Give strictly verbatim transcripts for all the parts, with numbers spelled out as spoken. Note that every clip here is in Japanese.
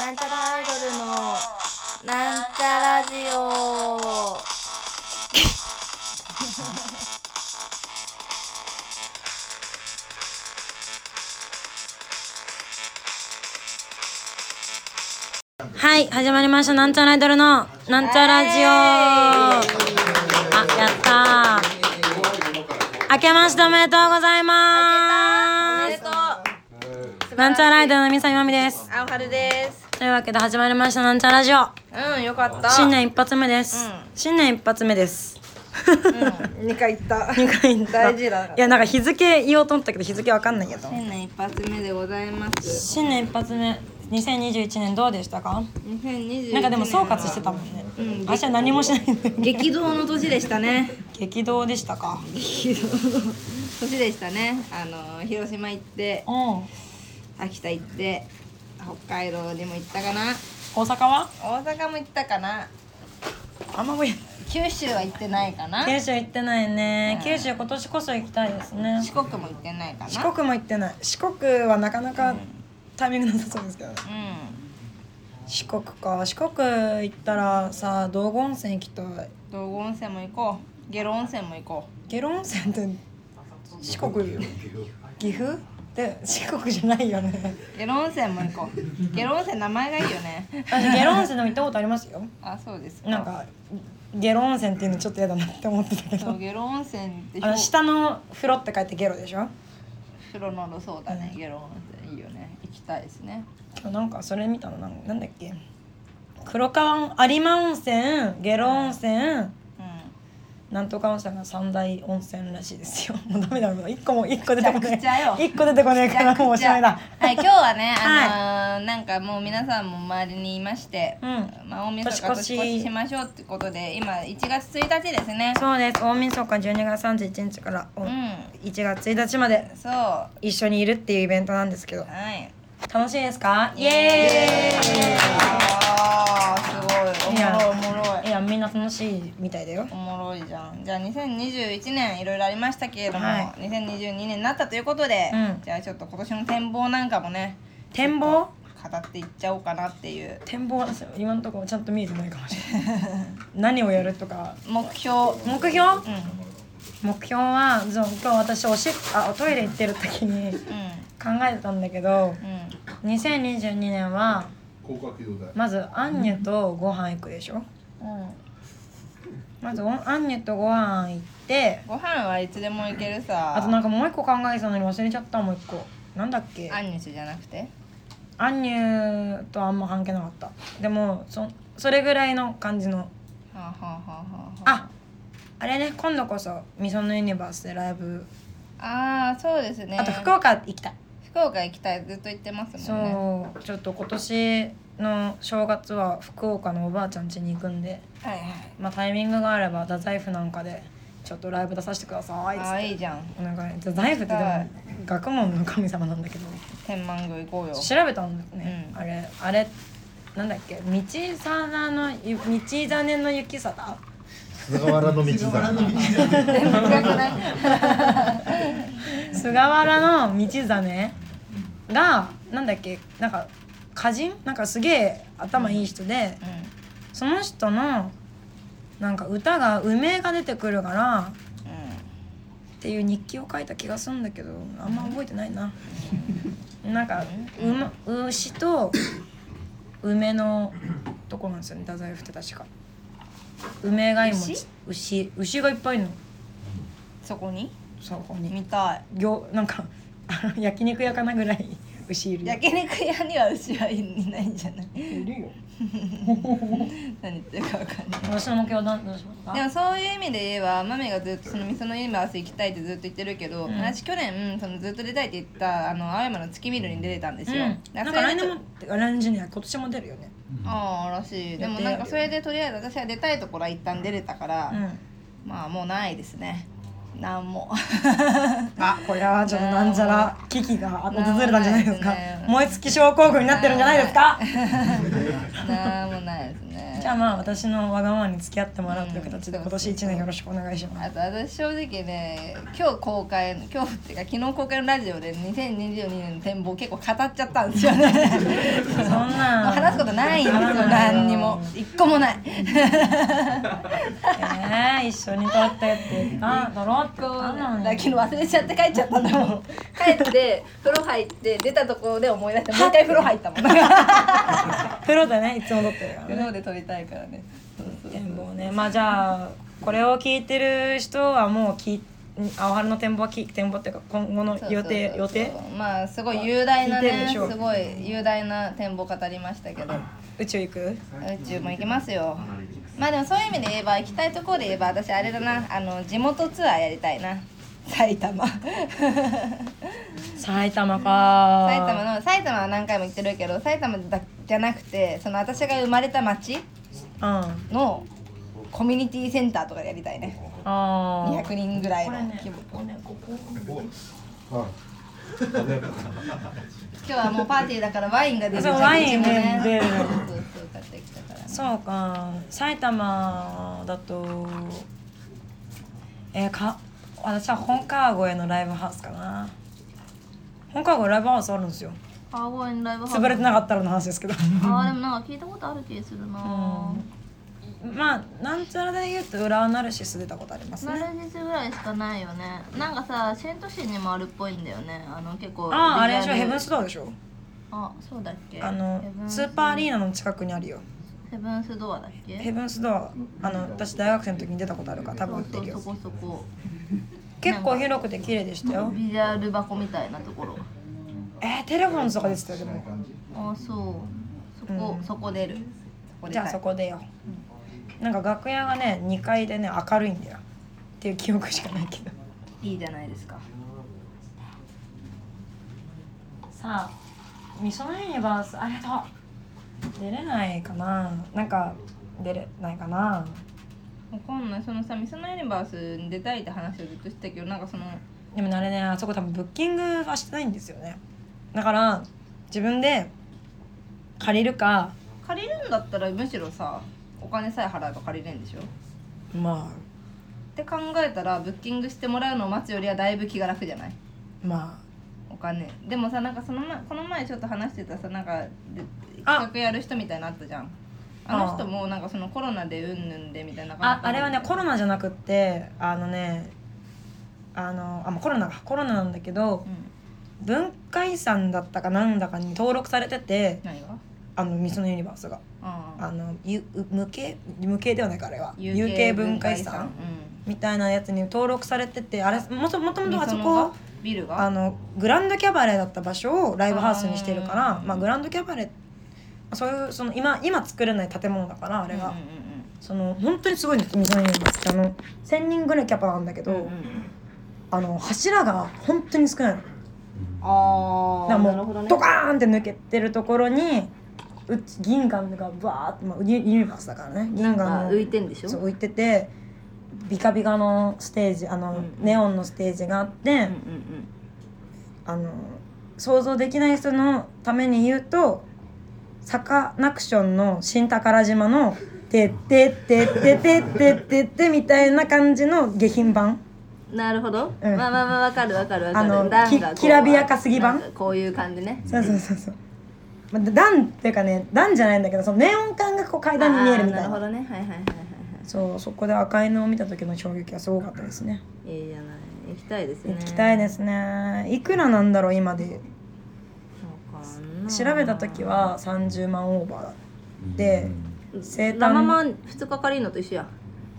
なんちゃらアイドルのなんちゃラジオはい、始まりました。なんちゃらアイドルのなんちゃラジオ。あ、やったー。明けましておめでとうございまおめでとす。なんちゃらアイドルのみさみまみです。 あおはるです。 というわけで始まりましたなんちゃラジオ。 うん、よかった。 新年一発目です。 うん新年一発目です。 うん、にかい言ったにかい言った。 大事だ。 いや、なんか日付言おうと思ったけど日付わかんないやと。 新年一発目でございます。 新年一発目。にせんにじゅういちねんどうでしたか？ にせんにじゅういちねんなんかでも総括してたもんね。 うん、 私は何もしないんで。 激動の年でしたね。 激動でしたか？ 激動の年でしたね。あの広島行ってうん。 秋田行って北海道にも行ったかな。 大阪は？ 大阪も行ったかな。 あんま覚え九州は行ってないかな。 九州行ってないね、 うん九州今年こそ行きたいですね。 四国も行ってないかな。 四国も行ってない。四国はなかなかタイミングなさそうですけどね。 う四国か。四国行ったらさ、道後温泉行きたい。 ん。道後温泉も行こう。下呂温泉も行こ下呂温泉って四国よ。岐阜で四国じゃないよね。 う。下呂温泉も行こう。下呂温泉名前がいいよね。 私下呂温泉でも行ったことありますよ。 あ、そうですか。 なんか下呂温泉っていうのちょっと嫌だなって思ってたけど。 そう下呂温泉ってあの下の風呂って書いてゲロでしょ。 風呂のそうだね。下呂温泉いいよね。行きたいですね。 今日なんかそれ見たのなんなんだっけ、黒川有馬温泉、下呂温泉、 うん。 なんとか温泉が三大温泉らしいですよ。もうダメだろ、一個も一個出てこねめちゃくちゃよえ一個出てこねえからもうおしまいだ。 はい、今日はね、あのーなんかもう皆さんも周りにいまして、 うんまあ大晦日年越し年越ししましょうってことで、今いちがつついたちですね。 そうです。大晦日じゅうにがつさんじゅういちにちからおうん。 いちがつついたちまでそう。は一緒にいるっていうイベントなんですけど、 い。 楽しいですか？イイエエーイ。 あー、すごい。おもろいおもろい。 いや、みんな楽しいみたいだよ。 おもろいじゃん。じゃあにせんにじゅういちねんいろいろありましたけれども、 はにせんにじゅうにねんになったということで、 うんじゃあちょっと今年の展望なんかもね、 展望？ 語っていっちゃおうかなっていう。 展望ですよ。今のところちゃんと見えてないかもしれない。何をやるとか。 目標。 目標？ うん。 目標はそう今日私おしあトイレ行ってる時にうん。 考えてたんだけど、 うん。 にせんにじゅうにねんはまずアンニュとご飯行くでしょ。 うん。 まずおアンニュとご飯行って、 ご飯はいつでも行けるさ。 あとなんかもう一個考えてたのに忘れちゃった。もう一個なんだっけ。 アンニュスじゃなくて。 アンニュとあんま関係なかった。でもそそれぐらいの感じの。 はあ、はあはあはあ、 ああれね、今度こそミソノユニバースでライブ。 ああ、そうですね。 あと福岡行きたい。 福岡行きたい、ずっと言ってますもんね。 そう、ちょっと今年の正月は福岡のおばあちゃん家に行くんで、 はいはい。 まあタイミングがあれば太宰府なんかでちょっとライブ出させてくださいっつって。 ああ、いいじゃん。 お願い。太宰府ってでも学問の神様なんだけど、 天満宮行こうよ。 調べたんだよね、 うんあれあれなんだっけ、道真のゆ道真の雪貞、 菅原の道真菅原の道真がなんだっけ、なんか歌人なんかすげえ頭いい人で、 うその人のなんか歌が梅が出てくるからん。うん。 っていう日記を書いた気がするんだけど、あんま覚えてないな。なんかう、ま、牛と梅のとこなんですよね、太宰府って確か。梅がいもち牛牛牛がいっぱいいるの。 そこにそこに見たい。 行なんか焼肉屋かなぐらい牛いるよ。 焼肉屋には牛はいないんじゃない？ いるよ。 何言ってるかわかんない。 私の目標は何どうしますか？ でもそういう意味で言えばマメがずっとそのミソノユニバース行きたいってずっと言ってるけど、 うん私去年そのずっと出たいって言ったあの青山の月見るに出てたんですよ、 うん、なんか来年も来年じゃない今年も出るよね。 ああらしい。でもなんかそれでとりあえず私は出たいところは一旦出れたから、 うん、 まあもうないですね、なんもあ、これはちょっとなんちゃら危機が訪れたんじゃないですか。 なんもないですね燃え尽き症候群になってるんじゃないですか。 なんもないですね。 ね。 じゃあまあ私のわがままに付き合ってもらうという形でうん今年いちねんよろしくお願いします。 あと私正直ね、今日公開今日っていうか昨日公開のラジオでにせんにじゅうにねんの展望結構語っちゃったんですよね。 そんなんもう話すことないんですよ。何にも一個もない。 えー、一緒に撮ってって言った撮ろうって言ったのに。 だから昨日忘れちゃって帰っちゃったんだもん。帰って風呂入って出たところで思い出してもう一回風呂入ったもん。 風呂でねいつも撮ってるからね。 風呂で撮りたいからね。そうそう展望ね。まあじゃあこれを聞いてる人はもう聞あおはるの展望は聞展望っていうか今後の予定予定まあすごい雄大なね、 聞いてるでしょすごい雄大な展望語りましたけど、 宇宙行く？ 宇宙も行きますよ。まあでもそういう意味で言えば行きたいところで言えば私あれだな、あの地元ツアーやりたいな。埼玉埼玉か。 埼玉の埼玉は何回も行ってるけど埼玉だじゃなくてその私が生まれた町うん。 のコミュニティセンターとかでやりたいね。 ああ。 にひゃくにんぐらいのこれね規模。 ここねここ。 はい。 今日はもうパーティーだからワインが出るじゃん。 そうワインうちもね出るそうそう買ってきたからね。 そうか。埼玉だとえー、か私は本川越のライブハウスかな。本川越ライブハウスあるんですよ。 川越のライブハウス潰れてなかったらの話ですけど。 あーでもなんか聞いたことある気するな。 まあなんちゃらで言うと浦和ナルシス出たことありますね。 ナルシスぐらいしかないよね。なんかさシェントシーにもあるっぽいんだよね。あの結構あああれでしょビジュアルヘブンスドアでしょ。 あそうだっけ。 あのヘブンスーパーアリーナの近くにあるよ。 ヘブンスドアだっけ。 ヘブンスドアあの私大学生の時に出たことあるから多分売ってるよ。 そうそうそこそこ。 結構広くて綺麗でしたよ。 ビジュアル箱みたいなところ。 えー、テレフォンズとか出てたよでも。 あそうそこ、 うんそこ出る。そこ出たいじゃあそこでよ。なんか楽屋がねにかいでね明るいんだよっていう記憶しかないけど。 いいじゃないですか。 さあミソユニバースありがとう。出れないかな。なんか出れないかな。 わかんない。そのさミソのユニバースに出たいって話をずっとしてたけどなんかそのでもあれねあそこ多分ブッキングはしてないんですよね。だから自分で借りるか借りるんだったらむしろさお金さえ払えば借りれんでしょ。 まって考えたらブッキングしてもらうのを待つよりはだいぶ気が楽じゃない。 あまお金でもさなんかその、ま、この前ちょっと話してたさなんかであ企画やる人みたいなのあったじゃん。あの人もなんかそのコロナでうんぬんでみたいなあああれはねコロロナじゃなくってあのねあのあ、まあ、コロナかコロナなんだけど、 うん、 文化遺産だったかなんだかに登録されてて何があのミソのユニバースがああのゆ無形無形ではないかあれは有形有形文化遺産みたいなやつに登録されててあれもともともとあそこビルがあのグランドキャバレーだった場所をライブハウスにしてるからあーまあ、グランドキャバレーそういうその 今, 今作れない建物だからあれが、 うんうんその本当にすごいんですミソのユニバースってあのせんにんぐらいキャパなんだけど、 うんうんうんあの柱が本当に少ないの。 ああだからもうドカーンって抜けてるところにうち銀河がバーって、まあ、ユユニバースだからね銀河の浮いてんでしょ。 そう浮いててビカビカのステージあの、 うんネオンのステージがあって、 うんうんあの想像できない人のために言うとサカナクションの新宝島の「てってってってってってってって」みたいな感じの下品版。 うんなるほど、 うんまあまあまあわかるわかるわかる。 あの段がこうききらびやかすぎ版なんかこういう感じね。 そうそうそうそう。まあ、段っていうかね段じゃないんだけどそのネオン管がこう階段に見えるみたいな。 あーなるほどね。はいはいはいはいはそうそこで赤いのを見た時の衝撃はすごかったですね。 い。いいじゃない。行きたいですね。 行きたいですね。いくらなんだろう今で。 わかんない調べた時はさんじゅうまんオーバーで生誕ラママふつか借りるのと一緒や。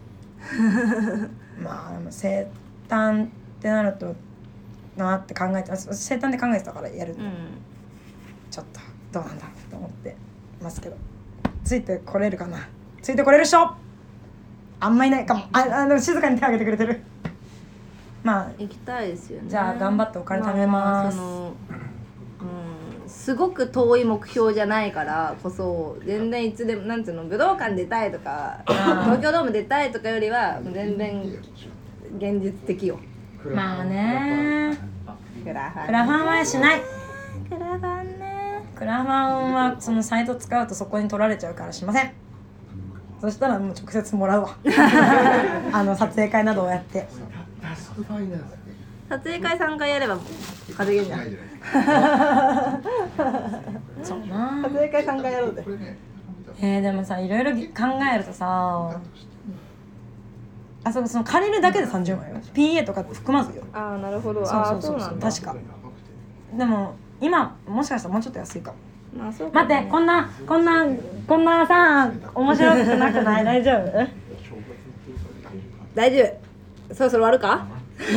まあでも生誕ってなるとなって考えて生誕で考えてたからやる、 うんちょっとどうなんだと思ってますけどついてこれるかな。ついてこれる人あんまいないかも。ああの静かに手挙げてくれてる。まあ行きたいですよね。 じゃあ頑張ってお金貯めますああそのうんすごく遠い目標じゃないからこそ全然いつでもなんていうの武道館出たいとか東京ドーム出たいとかよりは全然現実的よ。 まあねクラファンクラファンはしない。 クラファンね。 クラファンはそのサイト使うとそこに取られちゃうからしません。 そしたらもう直接もらうわあの撮影会などをやって撮影会さんかいやれば稼げるじゃんそうな撮影会さんかいやろうぜ。 えー、でもさいろいろ考えるとさあそこその借りるだけでさんじゅうまんよ ピーエー とか含まずよああなるほど。 そうああそうそうそうそうなんだ。 確かでも今もしかしたらもうちょっと安いかもまあそうかもね待ってこんなこんなこんなさ面白くなくない大丈夫大丈夫。そろそろ終わるか？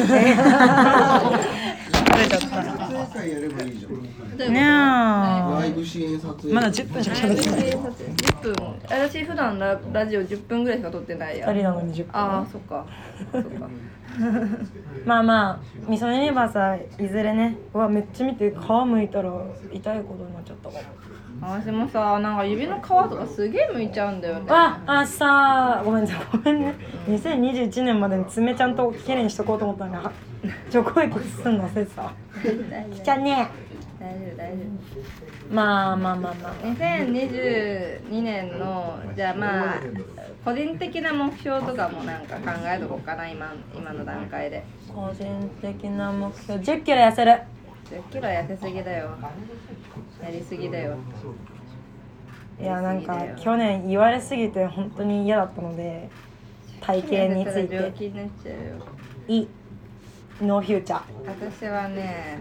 やればいいじゃん。 ねえライブ支援撮影。 まだじゅっぷんしか喋ってないじゅっぷん。私普段ララジオじゅっぷんぐらいしか撮ってないや。 ふたりなのにじゅっぷんああそっか。そっか。 まあまあミソユニバースはいずれねうわめっちゃ見て皮むいたら痛いことになっちゃったかも私もさなんか指の皮とかすげえ剥いちゃうんだよね。 あ、あさごめんねごめんねにせんにじゅういちねんまでに爪ちゃんときれいにしとこうと思ったのには除光液すんの忘れてたわきちゃんね大丈夫大丈まあまあまあまあ夫。にせんにじゅうにねんのじゃあまあ個人的な目標とかもなんか考えとこうかな今今の段階で。 個人的な目標じゅっキロ痩せるじゅっキロ痩せすぎだよ。やりすぎだよ。 いやなんか去年言われすぎて本当に嫌だったので体型について病気になっちゃうよ。 いいノーフューチャー私はね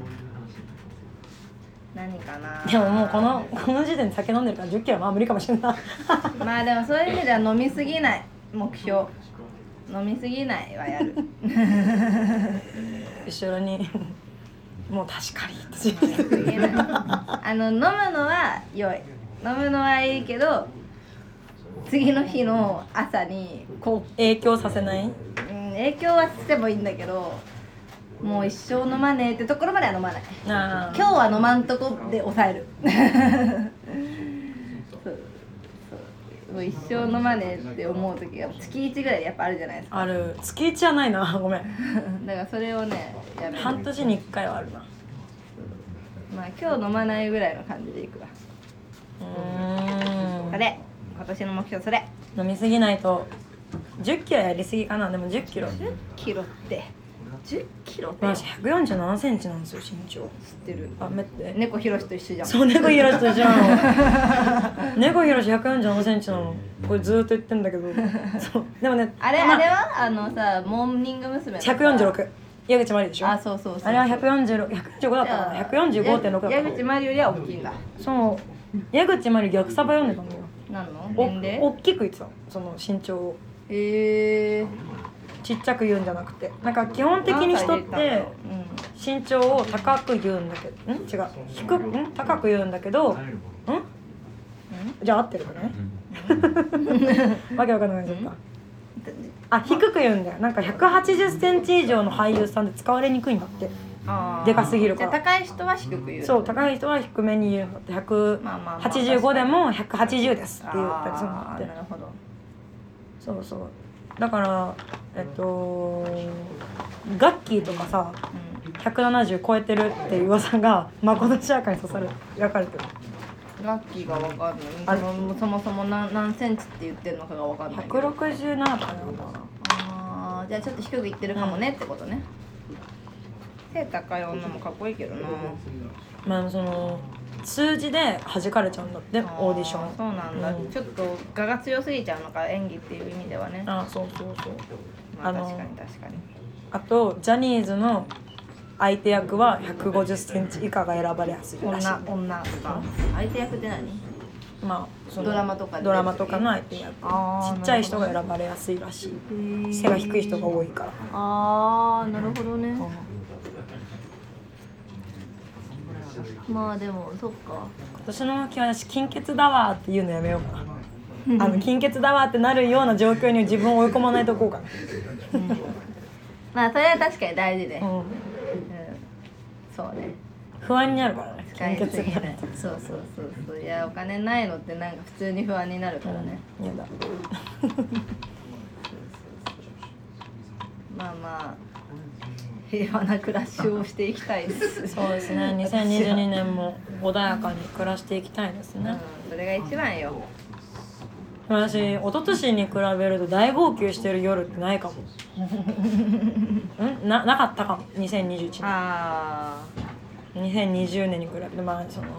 何かな。 でももうこのこの時点で酒飲んでるからじゅっキロはまあ無理かもしれないまあでもそういう意味では飲みすぎない目標。飲みすぎないはやる。 後ろにもう確かにあの飲むのは良い。飲むのはいいけど次の日の朝にこ影響させない、 う、うん、影響はしてもいいんだけどもう一生飲まねえってところまでは飲まない。 あ今日は飲まんとこで抑える。そうそうもう一生飲まねえって思う時が月いちぐらいやっぱあるじゃないですか。 ある月いちはないなごめんだからそれをねやめる。 半年にいっかいはあるなまあ今日飲まないぐらいの感じでいくわ。 うーんそれ今年の目標それ。 飲みすぎないとじゅっキロやりすぎかなでもじゅっキロじゅっキロってじゅっキロって私ひゃくよんじゅうななセンチなんですよ身長知ってる。 あめって猫ひろしと一緒じゃん。 そう猫ひろしと一緒なの猫ひろしひゃくよんじゅうななセンチなのこれずーっと言ってんだけどそうでもねあれ、 まあれはあのさモーニング娘。のさひゃくよんじゅうろく矢口真理でしょあそうそうそう。 あれはひゃくよんじゅうろく、ひゃくよんじゅうごだったかな ひゃくよんじゅうごてんろく だった矢口真理よりは大きいんだ。 そう矢口真理逆サバ読んでたんだよ何のお年齢。 大きく言ってたのその身長をへえー、 ちっちゃく言うんじゃなくてなんか基本的に人って身長を高く言うんだけどん違う低くん高く言うんだけどんじゃあ合ってるかねわけわかんなくなっちゃったあ低く言うんだよなんかひゃくはちじゅっセンチ以上の俳優さんで使われにくいんだってあーでかすぎるからじゃあ高い人は低く言う。 そう高い人は低めに言うんだってひゃくはちじゅうごでもひゃくはちじゅうですって言ったりするんだってあーなるほど。 そうそうだからえっとガッキーとかさひゃくななじゅう超えてるっていう噂がまことしやかに刺され描かれてるうん、ラッキーがわかんない。 あれそのそもそも何何センチって言ってるのかがわかんないけど。 ひゃくろくじゅうななかなああじゃあちょっと低くいってるかもねってことね。背高い女もかっこいいけどな。 まあその数字で弾かれちゃうんだってオーディションあそうなんだ、 うんちょっと我が強すぎちゃうのか演技っていう意味ではね。 あそうそうそうあのまあ確かに確かに。 あとジャニーズの相手役はひゃくごじゅっセンチ以下が選ばれやすいらしい女女とか相手役って何？ まあそのドラマとかでドラマとかの相手役あーちっちゃい人が選ばれやすいらしい背が低い人が多いからああなるほどね。まあでもそっか。 今年の目標は私金欠だわって言うのやめようかなあの金欠だわってなるような状況に自分を追い込まないとこうかまあそれは確かに大事で、 な、うん、 うん、そうね。 不安になるからね使い金欠になるすぎない。そうそうそうそういやお金ないのってなんか普通に不安になるからね。 とやだまあまあ平和な暮らしをしていきたいですそうですねにせんにじゅうにねんも穏やかに暮らしていきたいですうんね、 それが一番よ。 私一昨年に比べると大号泣してる夜ってないかもん な, なかったかもにせんにじゅういちねんあにせんにじゅうねんに比べてまあその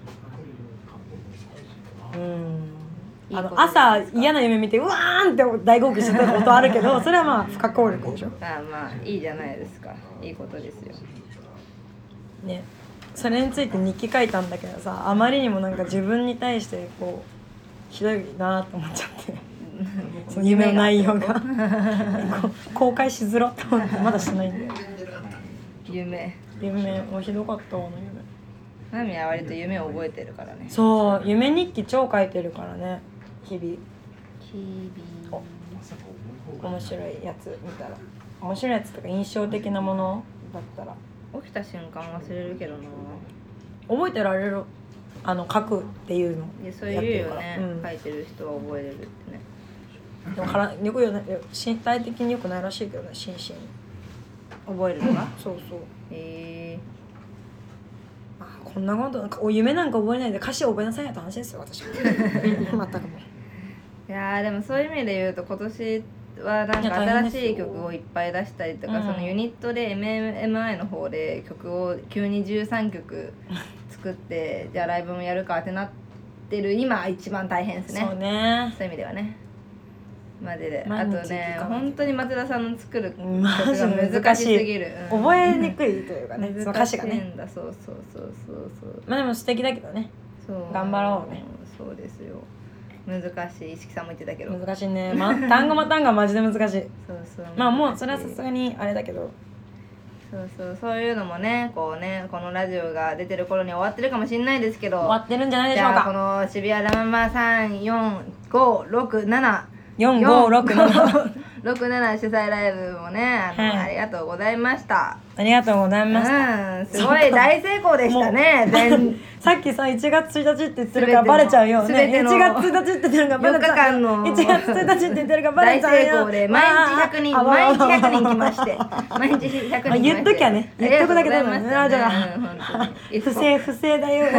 うんあのいいこと朝嫌な夢見てうわーんって大号泣してたことあるけどそれはまあ不可抗力でしょーあーまあいいじゃないですか。いいことですよ。 ねそれについて日記書いたんだけどさあまりにもなんか自分に対してこうひどいなと思っちゃってその夢の内容が公開しづらって思ってまだしてないんだよ夢。 夢もうひどかったわあの夢ナミは割と夢を覚えてるからね。 そう夢日記超書いてるからね日々 キビ面白いやつ見たら面白いやつとか印象的なものだったら起きた瞬間忘れるけどな。 覚えてられるあの書くっていうのいやそう言うよね、 うん、 書いてる人は覚えれるってね。 でもからよくよね身体的に良くないらしいけどね心身覚えるのがそうそうへえあこんなことなんかお夢なんか覚えないで歌詞を覚えなさいよって話ですよ私は全くもういやーでもそういう意味で言うと今年はなんいやか新大変ですよしい曲をいっぱい出したりとか、 うんそのユニットで エムエムアイ の方で曲を急にじゅうさんきょく作ってじゃあライブもやるかってなってる今一番大変ですね。 そうねそういう意味ではねマジであ毎日とね聴かない本当に松田さんの作る曲マジが難しすぎる、うん覚えにくいというかねその歌詞が難しいねんだそうそうそうそうそうまあでも素敵だけどねそう頑張ろうね。 そうですよ難しい石木さんも言ってたけど難しいね、ま、単語ま単語はマジで難しいそうそうまあもうそれはさすがにあれだけどそうそうそういうのもねこうねこのラジオが出てる頃には終わってるかもしれないですけど終わってるんじゃないでしょうじゃあこかの渋谷ラマンバーさんよんごろくななよんごろくななろくなな主催ライブもねあの、 はいありがとうございましたありがとうございました、 うんすごい大成功でしたね全さっきさいちがつついたちって言ってるからバレちゃうよね全てのいちがつついたちって言ってるからバレちゃうよっかかんのいちがつついたちって言ってるからバレ大ちゃうよ成功で毎日ひゃくにんあ毎日あひゃくにん来まして毎日ひゃくにん来ましてあ言っときゃね言っとくだけでもねありがとうございましたあじゃあうん本当に不正不正だよ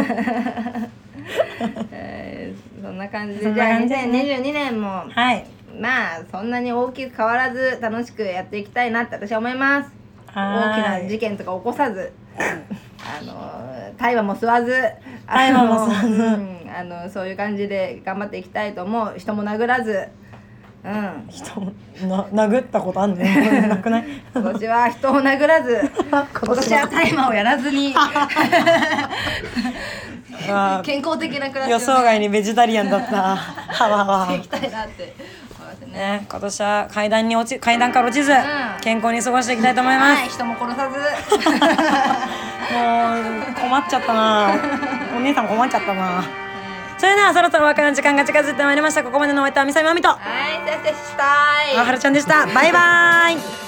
えーそんな感じそんでじゃあな感じですねにせんにじゅうにねんもはいまあそんなに大きく変わらず楽しくやっていきたいなって私は思いますはーい大きな事件とか起こさずあの大麻も吸わず大麻も吸わずあのうんあのそういう感じで頑張っていきたいと思う人も殴らずうん人もな殴ったことあんねなくない今年は人を殴らず今年は大麻をやらずにあー健康的な暮らしを予想外にベジタリアンだったはわはしていきたいなって思いますねね、今年は階段に落ち階段から落ちず、 ん健康に過ごしていきたいと思います、 はい人も殺さずもう困っちゃったなお姉さん困っちゃったなそれではそろそろお別れの時間が近づいてまいりました。ここまでのお相手はみさみまみとあはい、せっせしたいはるちゃんでした。バイバーイ。